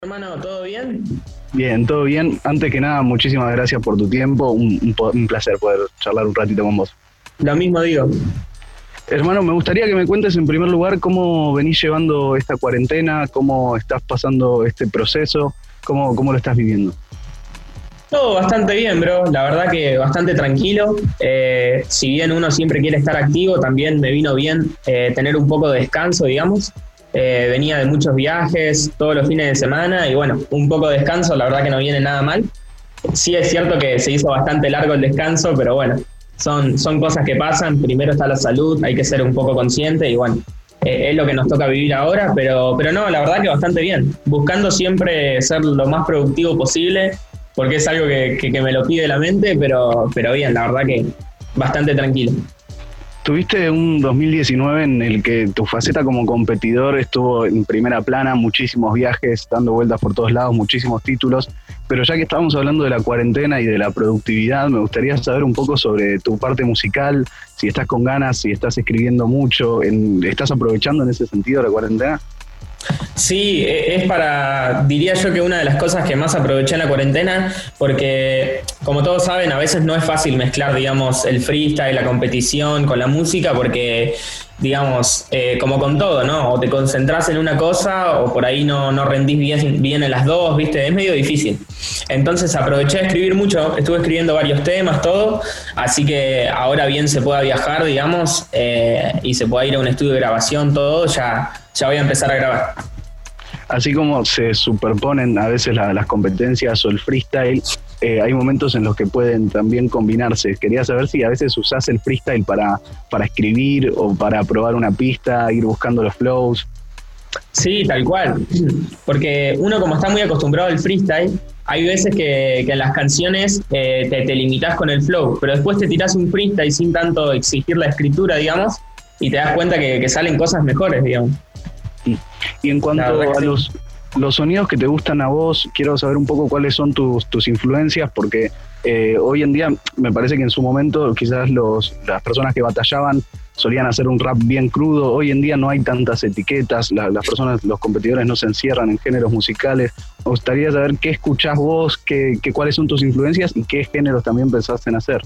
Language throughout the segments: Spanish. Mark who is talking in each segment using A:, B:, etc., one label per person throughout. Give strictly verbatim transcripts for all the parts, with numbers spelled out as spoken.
A: Hermano, ¿todo bien?
B: Bien, todo bien. Antes que nada, muchísimas gracias por tu tiempo. Un, un, po- un placer poder charlar un ratito con vos.
A: Lo mismo digo.
B: Hermano, me gustaría que me cuentes en primer lugar cómo venís llevando esta cuarentena, cómo estás pasando este proceso, cómo, cómo lo estás viviendo.
A: Todo bastante bien, bro. La verdad que bastante tranquilo. Eh, si bien uno siempre quiere estar activo, también me vino bien eh, tener un poco de descanso, digamos. Eh, venía de muchos viajes todos los fines de semana y bueno, un poco de descanso, la verdad que no viene nada mal. Sí es cierto que se hizo bastante largo el descanso, pero bueno, son, son cosas que pasan. Primero está la salud, hay que ser un poco consciente y bueno, eh, es lo que nos toca vivir ahora, pero, pero no, la verdad que bastante bien. Buscando siempre ser lo más productivo posible, porque es algo que, que, que me lo pide la mente, pero, pero bien, la verdad que bastante tranquilo.
B: Tuviste un dos mil diecinueve en el que tu faceta como competidor estuvo en primera plana, muchísimos viajes, dando vueltas por todos lados, muchísimos títulos, pero ya que estábamos hablando de la cuarentena y de la productividad, me gustaría saber un poco sobre tu parte musical, si estás con ganas, si estás escribiendo mucho, en- ¿estás aprovechando en ese sentido la cuarentena?
A: Sí, e- es para, diría yo que una de las cosas que más aproveché en la cuarentena, porque como todos saben, a veces no es fácil mezclar, digamos, el freestyle, la competición con la música, porque, digamos, eh, como con todo, ¿no? O te concentrás en una cosa o por ahí no, no rendís bien, bien en las dos, ¿viste? Es medio difícil. Entonces aproveché de escribir mucho, estuve escribiendo varios temas, todo, así que ahora bien se pueda viajar, digamos, eh, y se pueda ir a un estudio de grabación, todo, ya, ya voy a empezar a grabar.
B: Así como se superponen a veces la- las competencias o el freestyle, eh, hay momentos en los que pueden también combinarse. Quería saber si a veces usás el freestyle para, para escribir o para probar una pista, ir buscando los flows.
A: Sí, tal cual. Porque uno como está muy acostumbrado al freestyle, hay veces que, que en las canciones eh, te, te limitas con el flow, pero después te tirás un freestyle sin tanto exigir la escritura, digamos, y te das cuenta que, que salen cosas mejores, digamos.
B: Y, y en
A: La verdad
B: cuanto
A: que
B: a
A: sí.
B: los, los sonidos que te gustan a vos, quiero saber un poco cuáles son tus, tus influencias, porque eh, hoy en día me parece que en su momento quizás los, las personas que batallaban solían hacer un rap bien crudo. Hoy en día no hay tantas etiquetas, la- las personas, los competidores no se encierran en géneros musicales. Me gustaría saber qué escuchás vos, qué, qué, cuáles son tus influencias y qué géneros también pensaste en hacer.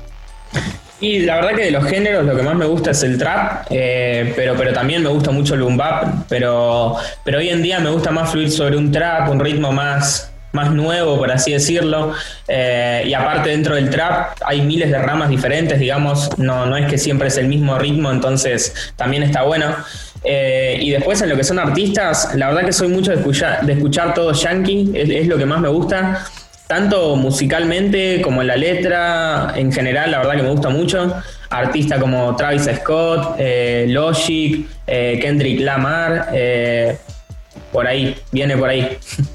A: Y la verdad que de los géneros lo que más me gusta es el trap, eh, pero, pero también me gusta mucho el boom bap, pero, pero hoy en día me gusta más fluir sobre un trap, un ritmo más, más nuevo, por así decirlo. Eh, y aparte dentro del trap hay miles de ramas diferentes, digamos, no, no es que siempre es el mismo ritmo, entonces también está bueno. Eh, y después en lo que son artistas, la verdad que soy mucho de escuchar, de escuchar todo yankee, es, es lo que más me gusta tanto musicalmente como en la letra, en general, la verdad que me gusta mucho. Artistas como Travis Scott, eh, Logic, eh, Kendrick Lamar, eh, por ahí, viene por ahí.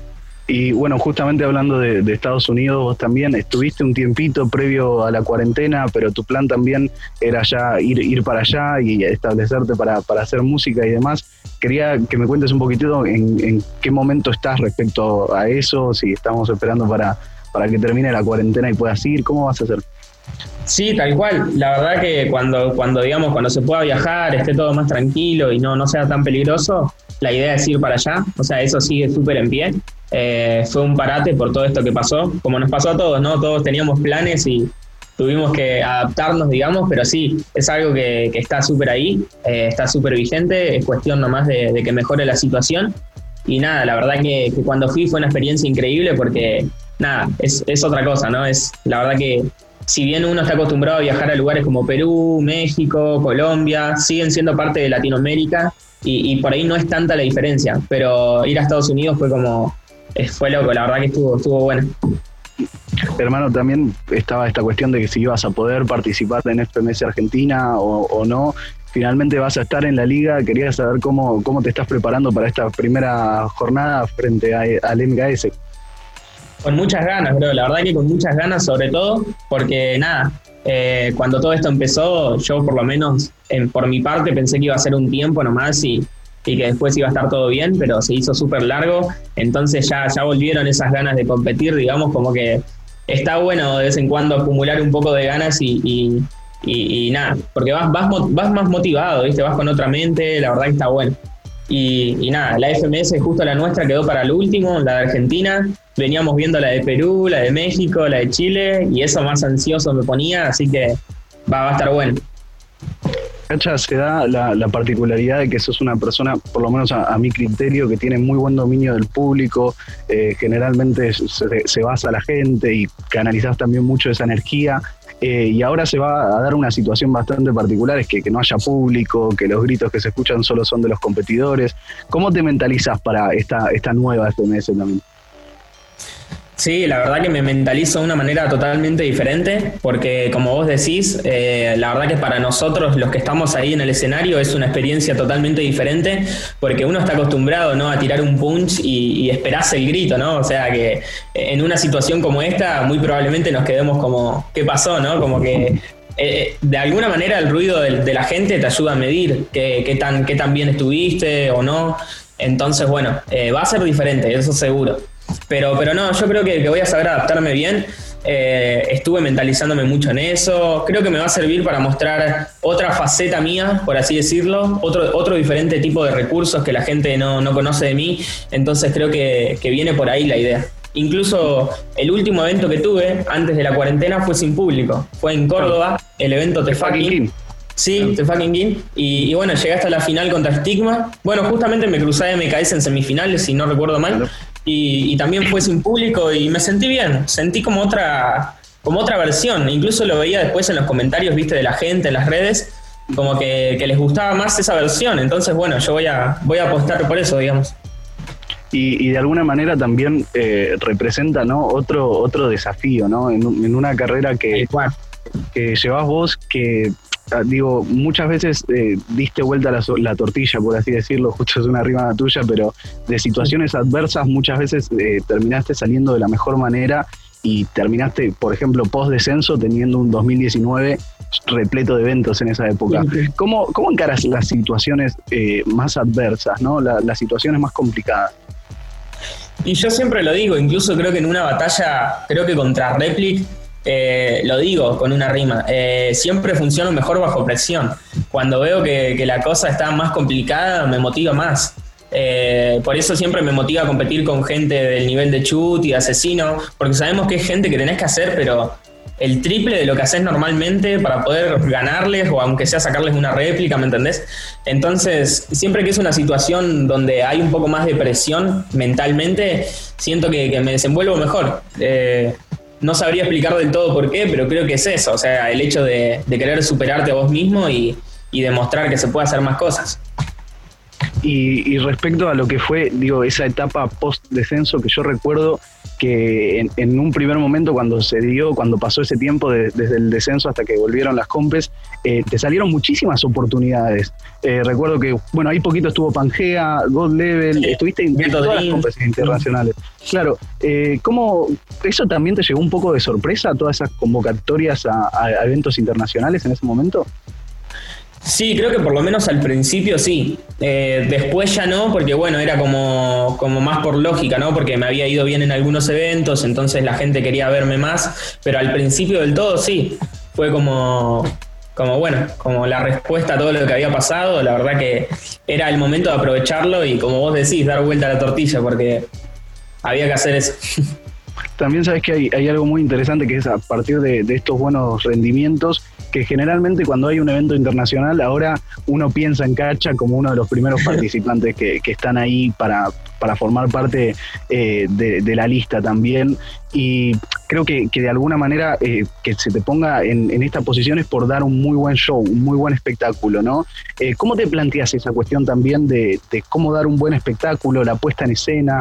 B: Y bueno, justamente hablando de, de Estados Unidos, vos también estuviste un tiempito previo a la cuarentena, pero tu plan también era ya ir, ir para allá y establecerte para, para hacer música y demás. Quería que me cuentes un poquitito en, en qué momento estás respecto a eso, si estamos esperando para, para que termine la cuarentena y puedas ir, ¿cómo vas a hacer?
A: Sí, tal cual. La verdad que cuando, cuando digamos, cuando se pueda viajar, esté todo más tranquilo y no, no sea tan peligroso, la idea es ir para allá. O sea, eso sigue súper en pie. Eh, fue un parate por todo esto que pasó, como nos pasó a todos, ¿no? Todos teníamos planes y tuvimos que adaptarnos, digamos, pero sí, es algo que, que está súper ahí, eh, está súper vigente, es cuestión nomás de, de que mejore la situación. Y nada, la verdad que, que cuando fui fue una experiencia increíble porque, nada, es, es otra cosa, ¿no? Es la verdad que si bien uno está acostumbrado a viajar a lugares como Perú, México, Colombia, siguen siendo parte de Latinoamérica y, y por ahí no es tanta la diferencia, pero ir a Estados Unidos fue como, eh, fue loco, la verdad que estuvo, estuvo bueno.
B: Hermano, también estaba esta cuestión de que si ibas a poder participar en F M S Argentina o, o no. Finalmente vas a estar en la liga. Quería saber cómo, cómo te estás preparando para esta primera jornada frente a, al M K S.
A: Con muchas ganas, bro, la verdad que con muchas ganas sobre todo, porque nada, eh, cuando todo esto empezó, yo por lo menos en, por mi parte pensé que iba a ser un tiempo nomás y, y que después iba a estar todo bien, pero se hizo súper largo, entonces ya, ya volvieron esas ganas de competir, digamos, como que está bueno de vez en cuando acumular un poco de ganas y, y, y, y nada, porque vas, vas, vas más motivado, ¿viste? Vas con otra mente, la verdad que está bueno. Y, y nada, la F M S justo la nuestra quedó para el último, la de Argentina. Veníamos viendo la de Perú, la de México, la de Chile, y eso más ansioso me ponía, así que va, va a estar bueno.
B: Cacha, se da la, la particularidad de que sos una persona, por lo menos a, a mi criterio, que tiene muy buen dominio del público, eh, generalmente se, se basa a la gente y canalizás también mucho esa energía, eh, y ahora se va a dar una situación bastante particular, es que, que no haya público, que los gritos que se escuchan solo son de los competidores. ¿Cómo te mentalizás para esta, esta nueva F M S también?
A: Sí, la verdad que me mentalizo de una manera totalmente diferente, porque como vos decís, eh, la verdad que para nosotros los que estamos ahí en el escenario es una experiencia totalmente diferente, porque uno está acostumbrado, ¿no?, a tirar un punch y, y esperás el grito, ¿no? O sea que en una situación como esta muy probablemente nos quedemos como, ¿qué pasó?, ¿no? Como que eh, de alguna manera el ruido de, de la gente te ayuda a medir qué, qué, tan, qué tan bien estuviste o no. Entonces, bueno, eh, va a ser diferente, eso seguro. Pero, pero no, yo creo que, que voy a saber adaptarme bien. Eh, estuve mentalizándome mucho en eso. Creo que me va a servir para mostrar otra faceta mía, por así decirlo, otro, otro diferente tipo de recursos que la gente no, no conoce de mí. Entonces creo que, que viene por ahí la idea. Incluso el último evento que tuve antes de la cuarentena fue sin público. Fue en Córdoba, el evento The Fucking King. Sí, The Fucking King. Y, y bueno, llegué hasta la final contra Stigma. Bueno, justamente me crucé a M K S en semifinales, si no recuerdo mal. Y, y también fue sin público y me sentí bien, sentí como otra, como otra versión, incluso lo veía después en los comentarios, viste, de la gente en las redes, como que, que les gustaba más esa versión, entonces bueno, yo voy a, voy a apostar por eso, digamos.
B: Y, y de alguna manera también eh, representa, ¿no?, otro, otro desafío, ¿no?, en, en una carrera que, que llevas vos, que digo, muchas veces eh, diste vuelta la, la tortilla, por así decirlo, justo es una rima tuya, pero de situaciones adversas muchas veces eh, terminaste saliendo de la mejor manera y terminaste, por ejemplo, post descenso, teniendo un dos mil diecinueve repleto de eventos en esa época. ¿Cómo, cómo encaras las situaciones eh, más adversas, ¿no?, la, las situaciones más complicadas?
A: Y yo siempre lo digo, incluso creo que en una batalla, creo que contra Replic, Eh, lo digo con una rima, eh, siempre funciono mejor bajo presión. Cuando veo que, que la cosa está más complicada, me motiva más. Eh, por eso siempre me motiva a competir con gente del nivel de Chut y de Asesino, porque sabemos que es gente que tenés que hacer, pero el triple de lo que haces normalmente para poder ganarles, o aunque sea sacarles una réplica, ¿me entendés? Entonces, siempre que es una situación donde hay un poco más de presión mentalmente, siento que, que me desenvuelvo mejor. Eh, No sabría explicar del todo por qué, pero creo que es eso, o sea, el hecho de, de querer superarte a vos mismo y, y demostrar que se puede hacer más cosas.
B: Y, y respecto a lo que fue, digo, esa etapa post-descenso, que yo recuerdo que en, en un primer momento cuando se dio, cuando pasó ese tiempo de, desde el descenso hasta que volvieron las compes, eh, te salieron muchísimas oportunidades. Eh, recuerdo que, bueno, ahí poquito estuvo Pangea, God Level, sí, estuviste en todas las compes internacionales. Claro, eh, ¿cómo eso también te llegó un poco de sorpresa, todas esas convocatorias a, a eventos internacionales en ese momento?
A: Sí, creo que por lo menos al principio sí. Eh, después ya no, porque bueno, era como, como más por lógica, ¿no? Porque me había ido bien en algunos eventos, entonces la gente quería verme más, pero al principio del todo sí. Fue como, como bueno, como la respuesta a todo lo que había pasado. La verdad que era el momento de aprovecharlo y, como vos decís, dar vuelta a la tortilla, porque había que hacer eso.
B: También sabes que hay, hay algo muy interesante, que es a partir de, de estos buenos rendimientos, que generalmente cuando hay un evento internacional, ahora uno piensa en Cacha como uno de los primeros participantes que, que están ahí para, para formar parte eh, de, de la lista también. Y creo que, que de alguna manera eh, que se te ponga en, en esta posición es por dar un muy buen show, un muy buen espectáculo, ¿no? Eh, ¿Cómo te planteas esa cuestión también de, de cómo dar un buen espectáculo, la puesta en escena?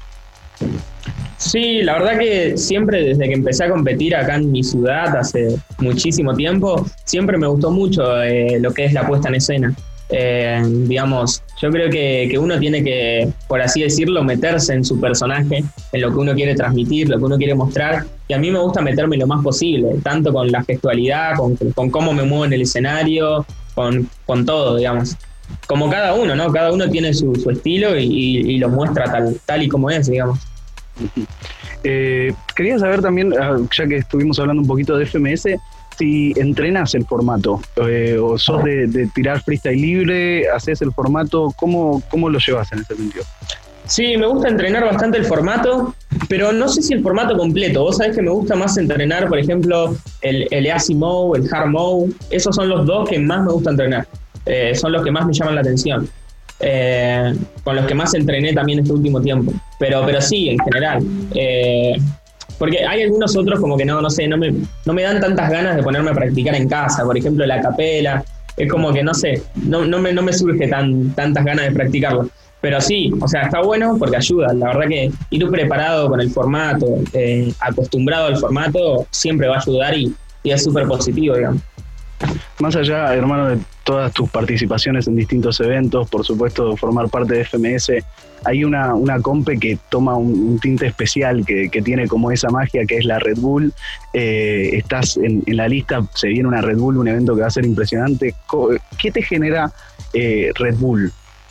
A: Sí, la verdad que siempre desde que empecé a competir acá en mi ciudad hace muchísimo tiempo, siempre me gustó mucho eh, lo que es la puesta en escena. Eh, digamos, yo creo que, que uno tiene que, por así decirlo, meterse en su personaje, en lo que uno quiere transmitir, lo que uno quiere mostrar, y a mí me gusta meterme lo más posible, tanto con la gestualidad, con, con cómo me muevo en el escenario, con, con todo, digamos. Como cada uno, ¿no? Cada uno tiene su, su estilo y, y, y lo muestra tal, tal y como es, digamos.
B: Eh, quería saber también, ya que estuvimos hablando un poquito de F M S, si entrenás el formato, eh, o sos de, de tirar freestyle libre, haces el formato, ¿cómo, cómo lo llevas en ese sentido?
A: Sí, me gusta entrenar bastante el formato, pero no sé si el formato completo. Vos sabés que me gusta más entrenar, por ejemplo, el, el Easy Mode, el Hard Mode. Esos son los dos que más me gusta entrenar. Eh, son los que más me llaman la atención. Eh, con los que más entrené también este último tiempo. Pero, pero sí, en general. Eh, porque hay algunos otros como que no, no sé, no me, no me dan tantas ganas de ponerme a practicar en casa. Por ejemplo, la capela. Es como que, no sé, no, no, me, no me surge tan, tantas ganas de practicarlo. Pero sí, o sea, está bueno porque ayuda. La verdad que ir preparado con el formato, eh, acostumbrado al formato, siempre va a ayudar y, y es súper positivo, digamos.
B: Más allá, hermano, de todas tus participaciones en distintos eventos, por supuesto, formar parte de F M S, hay una, una compe que toma un, un tinte especial, que, que tiene como esa magia, que es la Red Bull. Eh, estás en, en la lista, se viene una Red Bull, un evento que va a ser impresionante. ¿Qué te genera eh, Red Bull?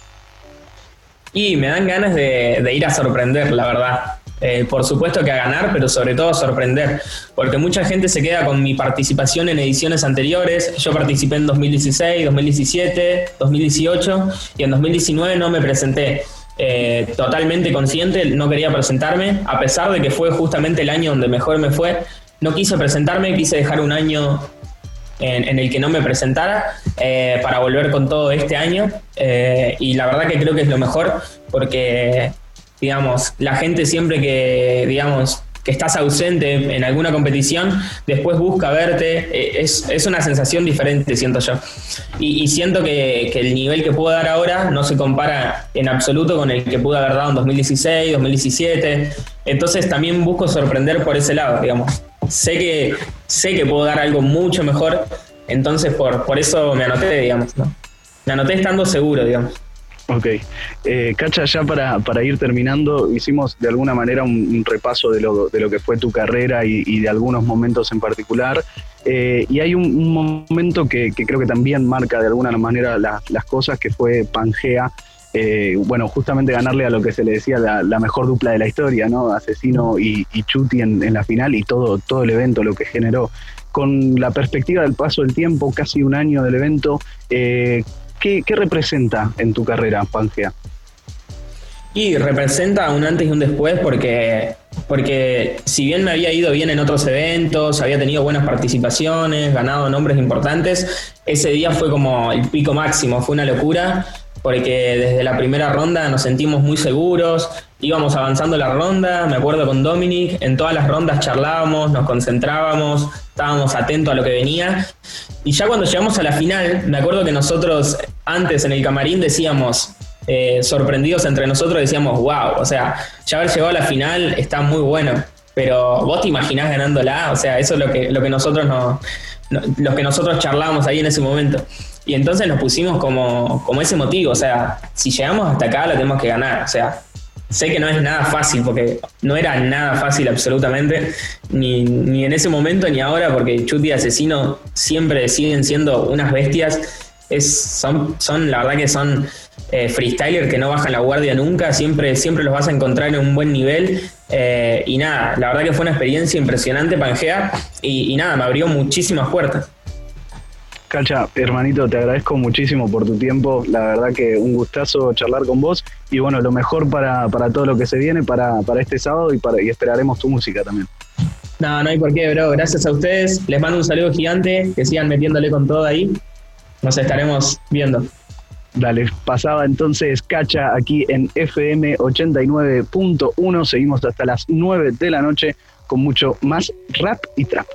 A: Y me dan ganas de, de ir a sorprender, la verdad. Eh, por supuesto que a ganar, pero sobre todo a sorprender. Porque mucha gente se queda con mi participación en ediciones anteriores. Yo participé en dos mil dieciséis, dos mil diecisiete, dos mil dieciocho y en dos mil diecinueve no me presenté. Eh, totalmente consciente, no quería presentarme, a pesar de que fue justamente el año donde mejor me fue. No quise presentarme, quise dejar un año En, en el que no me presentara eh, para volver con todo este año eh, y la verdad que creo que es lo mejor porque, digamos, la gente siempre que, digamos, que estás ausente en alguna competición, después busca verte, eh, es, es una sensación diferente, siento yo. Y, y siento que, que el nivel que puedo dar ahora no se compara en absoluto con el que pude haber dado en dos mil dieciséis, dos mil diecisiete, entonces también busco sorprender por ese lado, digamos. Sé que sé que puedo dar algo mucho mejor, entonces por, por eso me anoté, digamos, ¿no? Me anoté estando seguro, digamos.
B: Ok. Eh, Cacha, ya para, para ir terminando, hicimos de alguna manera un, un repaso de lo, de lo que fue tu carrera y, y de algunos momentos en particular. Eh, y hay un, un momento que, que creo que también marca de alguna manera la, las cosas, que fue Pangea. Eh, bueno, justamente ganarle a lo que se le decía la, la mejor dupla de la historia, ¿no? Asesino y, y Chuti en, en la final y todo, todo el evento, lo que generó. Con la perspectiva del paso del tiempo, casi un año del evento, eh, ¿qué, ¿qué representa en tu carrera, Pangea?
A: Y representa un antes y un después porque, porque si bien me había ido bien en otros eventos, había tenido buenas participaciones, ganado nombres importantes, ese día fue como el pico máximo, fue una locura. Porque desde la primera ronda nos sentimos muy seguros, íbamos avanzando la ronda, me acuerdo con Dominic, en todas las rondas charlábamos, nos concentrábamos, estábamos atentos a lo que venía, y ya cuando llegamos a la final, me acuerdo que nosotros antes en el camarín decíamos, eh, sorprendidos entre nosotros, decíamos, wow, o sea, ya haber llegado a la final está muy bueno, pero vos te imaginás ganándola, o sea, eso es lo que, lo que nosotros no, no, los que nosotros charlábamos ahí en ese momento. Y entonces nos pusimos como, como ese motivo, o sea, si llegamos hasta acá la tenemos que ganar, o sea, sé que no es nada fácil, porque no era nada fácil absolutamente, ni, ni en ese momento ni ahora, porque Chuti y Asesino siempre siguen siendo unas bestias, es, son, son la verdad que son eh, freestylers que no bajan la guardia nunca, siempre, siempre los vas a encontrar en un buen nivel, eh, y nada, la verdad que fue una experiencia impresionante Pangea, y, y nada, me abrió muchísimas puertas.
B: Cacha, hermanito, te agradezco muchísimo por tu tiempo, la verdad que un gustazo charlar con vos y bueno, lo mejor para, para todo lo que se viene, para, para este sábado y, para, y esperaremos tu música también.
A: No, no hay por qué, bro, gracias a ustedes, les mando un saludo gigante, que sigan metiéndole con todo ahí, nos estaremos viendo.
B: Dale, pasaba entonces Cacha aquí en F M ochenta y nueve punto uno, seguimos hasta las nueve de la noche con mucho más rap y trap.